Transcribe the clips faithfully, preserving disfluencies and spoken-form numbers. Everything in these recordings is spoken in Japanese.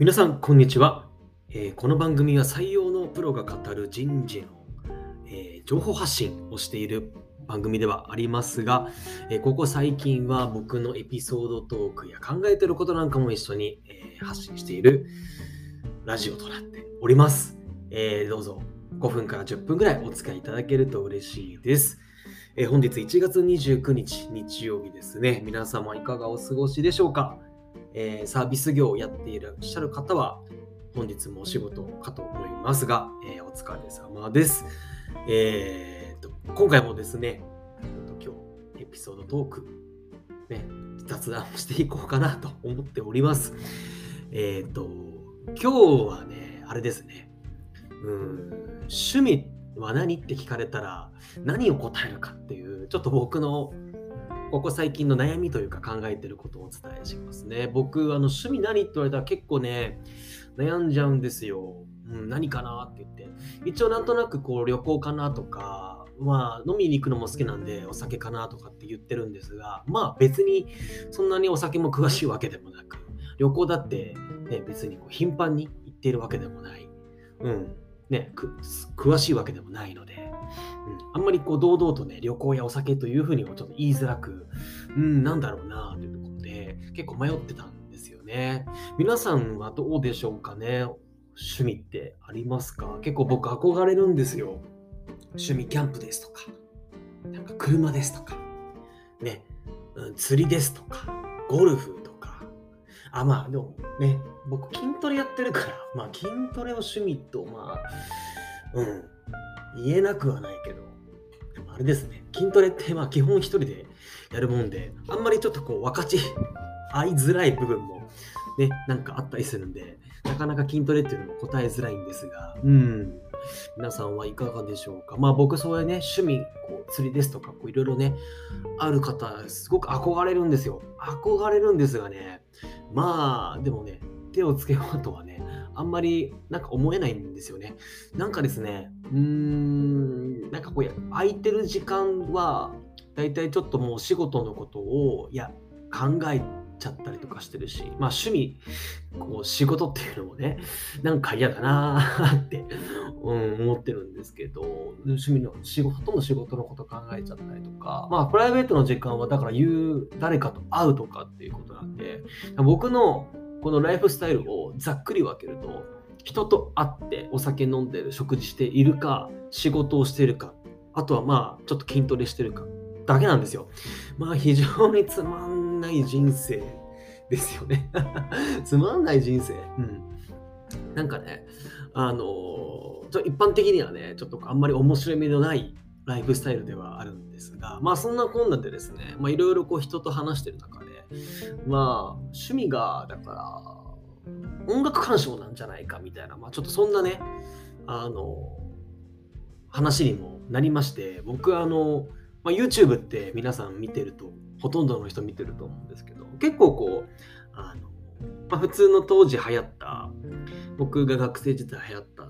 皆さん、こんにちは。えーこの番組は採用のプロが語る人事の、えー情報発信をしている番組ではありますが、えーここ最近は僕のエピソードトークや考えていることなんかも一緒に、えー発信しているラジオとなっております。えーどうぞごふんからじゅっぷんぐらいお付き合いいただけると嬉しいです。えー本日いちがつにじゅうくにち日曜日ですね。皆様いかがお過ごしでしょうか。えーサービス業をやっていらっしゃる方は本日もお仕事かと思いますが、えーお疲れ様です。えーと今回もですね、今日エピソードトーク、ね、雑談をしていこうかなと思っております。えーと今日はね、あれですね、うーん趣味は何って聞かれたら何を答えるかっていう、ちょっと僕のここ最近の悩みというか考えてることをお伝えしますね。僕、あの趣味何って言われたら結構ね、悩んじゃうんですよ。うん、何かなって言って。一応なんとなくこう旅行かなとか、まあ飲みに行くのも好きなんでお酒かなとかって言ってるんですが、まあ別にそんなにお酒も詳しいわけでもなく、旅行だって、ね、別にこう頻繁に行っているわけでもない。うん。ね、く詳しいわけでもないので、うん、あんまりこう堂々とね、旅行やお酒というふうにもちょっと言いづらく、うん、なんだろうなというところで結構迷ってたんですよね。皆さんはどうでしょうかね。趣味ってありますか？結構僕憧れるんですよ。趣味キャンプですとか、なんか車ですとか、ね、うん、釣りですとか、ゴルフとか。あ、まあでもね、僕筋トレやってるから、まあ筋トレを趣味と、まあ、うん、言えなくはないけど、でもあれですね、筋トレってまあ基本一人でやるもんで、あんまりちょっとこう分かち合いづらい部分もね、なんかあったりするんで、なかなか筋トレっていうのも答えづらいんですが、うん、皆さんはいかがでしょうか。まあ僕そういうね、趣味、こう釣りですとか、こういろいろね、ある方、すごく憧れるんですよ。憧れるんですがね、まあ、でもね、手をつけようとはね、あんまりなんか思えないんですよね。なんかですね、うーん、なんかこうや、空いてる時間は、だいたいちょっともうお仕事のことを、いや、考えちゃったりとかしてるし、まあ趣味、こう仕事っていうのもね、なんか嫌だなーって、うん、思ってるんですけど、趣味の仕事、ほとんど仕事のこと考えちゃったりとか、まあプライベートの時間はだから言う、誰かと会うとかっていうことなんで、僕のこのライフスタイルをざっくり分けると、人と会ってお酒飲んでる、食事しているか、仕事をしているか、あとはまあちょっと筋トレしてるかだけなんですよ。まあ非常につまんない人生ですよね。つまんない人生。うん。なんかね、あのちょ一般的にはね、ちょっとあんまり面白みのないライフスタイルではあるんですが、まあそんなこんなでですね、まあいろいろこう人と話してる中で、まあ趣味がだから音楽鑑賞なんじゃないかみたいな、まあちょっとそんなね、あの話にもなりまして、僕はあの、まあ、YouTube って皆さん見てると、ほとんどの人見てると思うんですけど、結構こう、あの、まあ、普通の当時流行った、僕が学生時代流行ったのって、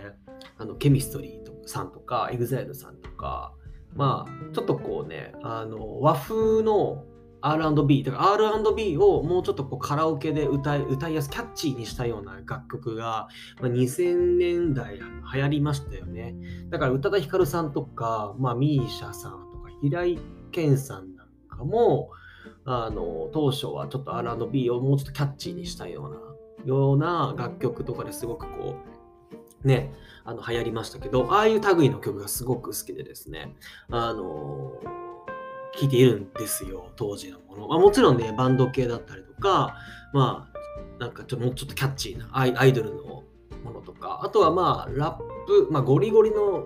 あの、ケミストリーとかさんとか、EXILE さんとか、まあ、ちょっとこうね、あの、和風の アールアンドビー、だから アールアンドビー をもうちょっとこうカラオケで歌い、歌いやす、キャッチーにしたような楽曲が、まあ、にせんねんだい流行りましたよね。だから宇多田ヒカルさんとか、まあ、ミーシャさんとか、平井堅さんなんかも、あの、当初はちょっと アールアンドビー をもうちょっとキャッチーにしたような、ような楽曲とかですごくこう、ね、あの、流行りましたけど、ああいう類の曲がすごく好きでですね、あの、聴いているんですよ、当時のもの。まあ、もちろんね、バンド系だったりとか、まあ、なんかちょもうちょっとキャッチーなアイアイドルのものとか、あとはまあ、ラップ、まあ、ゴリゴリの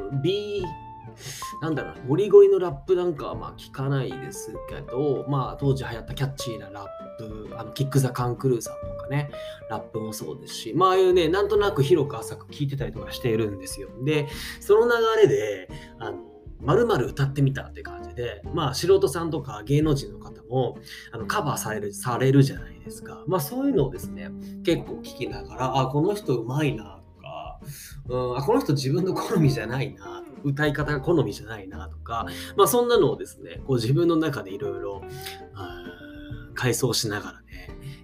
B、なんだろうな、ゴリゴリのラップなんかはまあ聞かないですけど、まあ当時流行ったキャッチーなラップ、あのキック・ザ・カン・クルーさんとかね、ラップもそうですし、まあああいうね、なんとなく広く浅く聞いてたりとかしているんですよ。で、その流れで、あの、まるまる歌ってみたって感じで、まあ素人さんとか芸能人の方もあのカバーされる、されるじゃないですか。まあそういうのをですね、結構聞きながら、あ、この人うまいなとか、うん、あ、この人自分の好みじゃないな、歌い方が好みじゃないなとか、まあそんなのをですね、こう自分の中でいろいろ改装しながらね、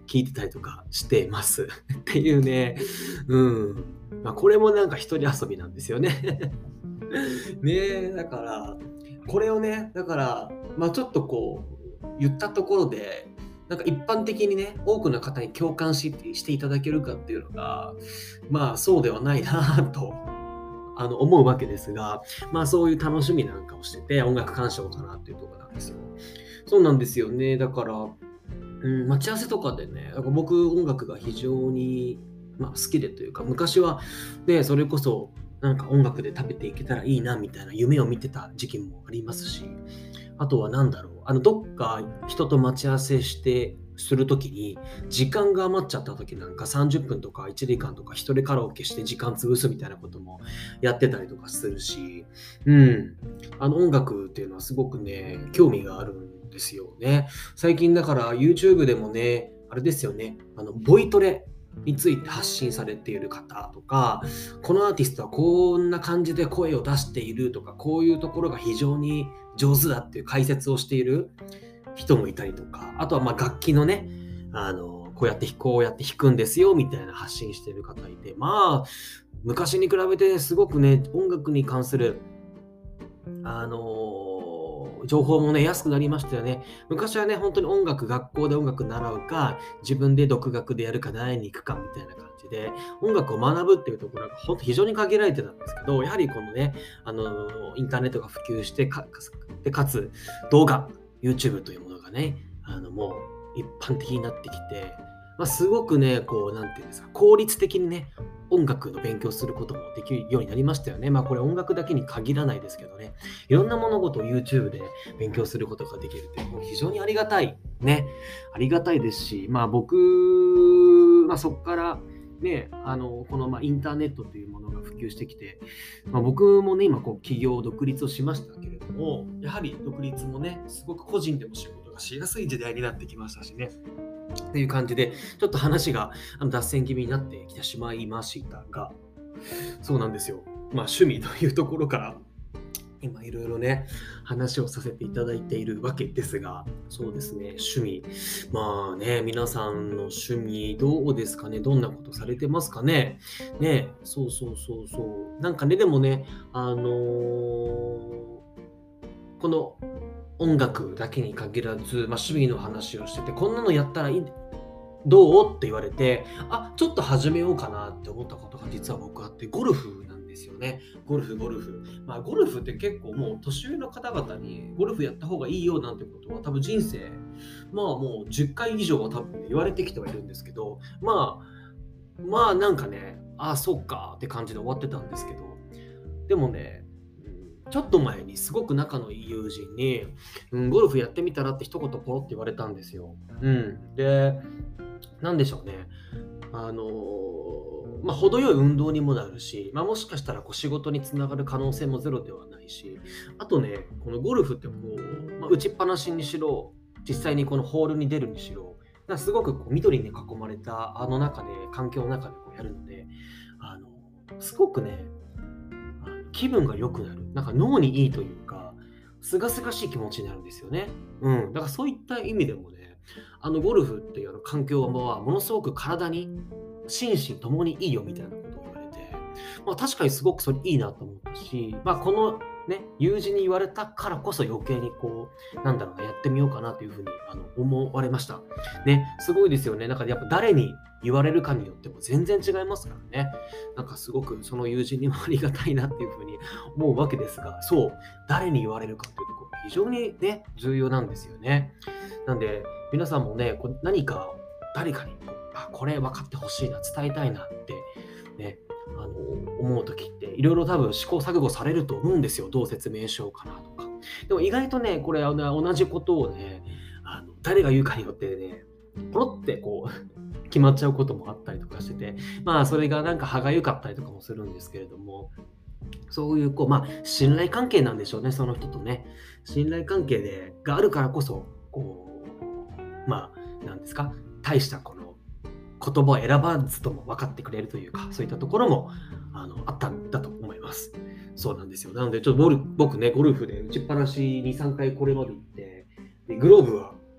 聞いてたりとかしてますっていうね、うん。まあ、これもなんか一人遊びなんですよね。ねえ、だから、これをね、だから、まあちょっとこう、言ったところで、なんか一般的にね、多くの方に共感ししていただけるかっていうのが、まあそうではないなとあの思うわけですが、まあそういう楽しみなんかをしてて、音楽鑑賞かなっていうところなんですよ。そうなんですよね。だから、うん、待ち合わせとかでね、なんか僕音楽が非常に、まあ、好きでというか、昔はね、それこそなんか音楽で食べていけたらいいなみたいな夢を見てた時期もありますし、あとは何だろう、あのどっか人と待ち合わせしてするときに時間が余っちゃった時なんかさんじゅっぷんとかいちじかんとか一人カラオケして時間潰すみたいなこともやってたりとかするし、うん、あの音楽っていうのはすごくね、興味があるんですよね。最近だから YouTube でもね、あれですよね、あのボイトレについて発信されている方とか、このアーティストはこんな感じで声を出しているとか、こういうところが非常に上手だっていう解説をしている人もいたりとか、あとはまあ楽器のね、あのこうやってこうやって弾くんですよみたいな発信している方いて、まあ昔に比べてすごくね、音楽に関するあの情報もね、安くなりましたよね。昔はね、本当に音楽、学校で音楽習うか、自分で独学でやるか、習いに行くかみたいな感じで、音楽を学ぶっていうところが本当非常に限られてたんですけど、やはりこのね、あのインターネットが普及してか、でかつ動画、YouTube というものがね、あのもう一般的になってきて、まあ、すごくね、こう、なんていうんですか、効率的にね、音楽の勉強することもできるようになりましたよね。まあこれ音楽だけに限らないですけどね。いろんな物事を YouTube で勉強することができるってもう非常にありがたい。ね。ありがたいですし、まあ僕、まあそこからね、あの、このまあインターネットというものが普及してきて、まあ、僕もね、今こう企業独立をしましたけれども、やはり独立もね、すごく個人でも仕事がしやすい時代になってきましたしね。っていう感じで、ちょっと話があの脱線気味になってきてしまいましたが、そうなんですよ。まあ趣味というところから、今いろいろね、話をさせていただいているわけですが、そうですね、趣味。まあね、皆さんの趣味どうですかね、どんなことされてますかね。ね、そうそうそうそう。なんかね、でもね、あのーこの音楽だけに限らず、まあ、趣味の話をしてて、こんなのやったらいいどうって言われて、あ、ちょっと始めようかなって思ったことが実は僕あって、ゴルフなんですよね。ゴルフ、ゴルフ。まあ、ゴルフって結構もう年上の方々にゴルフやった方がいいよなんてことは多分人生、まあもうじゅっかい以上は多分言われてきてはいるんですけど、まあ、まあなんかね、ああ、そっかって感じで終わってたんですけど、でもね、ちょっと前にすごく仲のいい友人に、うん、ゴルフやってみたらって一言ポロって言われたんですよ。うん。で、なんでしょうね。あのーまあ、程よい運動にもなるし、まあ、もしかしたらこう仕事につながる可能性もゼロではないし、あとね、このゴルフってこう、まあ、打ちっぱなしにしろ、実際にこのホールに出るにしろ、なんかすごくこう緑に囲まれたあの中で、環境の中でこうやるので、あのすごくね、あの気分が良くなる。なんか脳にいいというか、すがすがしい気持ちになるんですよね。うん。だからそういった意味でもね、あのゴルフっていうあの環境はものすごく体に心身ともにいいよみたいなことを言われて、まあ、確かにすごくそれいいなと思ったし、まあ、このね、友人に言われたからこそ余計にこう、なんだろうな、やってみようかなというふうにあの思われました。ね、すごいですよね。なんかやっぱ誰に言われるかによっても全然違いますからね。なんかすごくその友人にもありがたいなっていうふうに思うわけですが、そう、誰に言われるかというところ非常にね、重要なんですよね。なんで、皆さんもね、こう何か誰かにこうあ、これ分かってほしいな、伝えたいなってね、あの思うときっていろいろ多分試行錯誤されると思うんですよ。どう説明しようかなとか。でも意外とね、これあの同じことをね、あの誰が言うかによってね、ポロってこう決まっちゃうこともあったりとかしてて、まあそれがなんか歯がゆかったりとかもするんですけれども、そういうこう、まあ信頼関係なんでしょうね、その人とね。信頼関係でがあるからこそ、こう、まあ、なんですか、大したこの言葉を選ばずとも分かってくれるというか、そういったところもあのあったんだと思います。そうなんですよ。なので、ちょっとボル僕ね、ゴルフで打ちっぱなしに、さんかいこれまで行って、でグローブは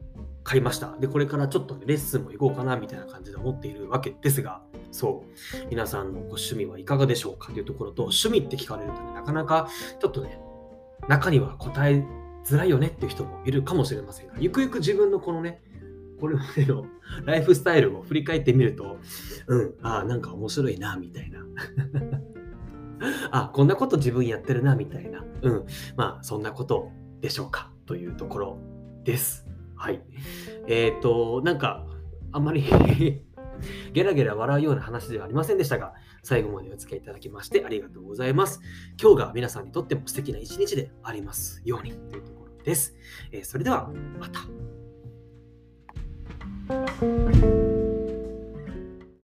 買いました。で、これからちょっとね、レッスンも行こうかなみたいな感じで思っているわけですが、そう、皆さんのご趣味はいかがでしょうかというところと、趣味って聞かれるとね、なかなかちょっとね、中には答えづらいよねっていう人もいるかもしれませんが、ゆくゆく自分のこのね、これまでのライフスタイルを振り返ってみると、うん、ああ、なんか面白いな、みたいな。あ、こんなこと自分やってるな、みたいな。うん。まあ、そんなことでしょうか、というところです。はい。えっと、なんか、あんまりゲラゲラ笑うような話ではありませんでしたが、最後までお付き合いいただきましてありがとうございます。今日が皆さんにとっても素敵な一日でありますようにというところです。えーそれでは、また。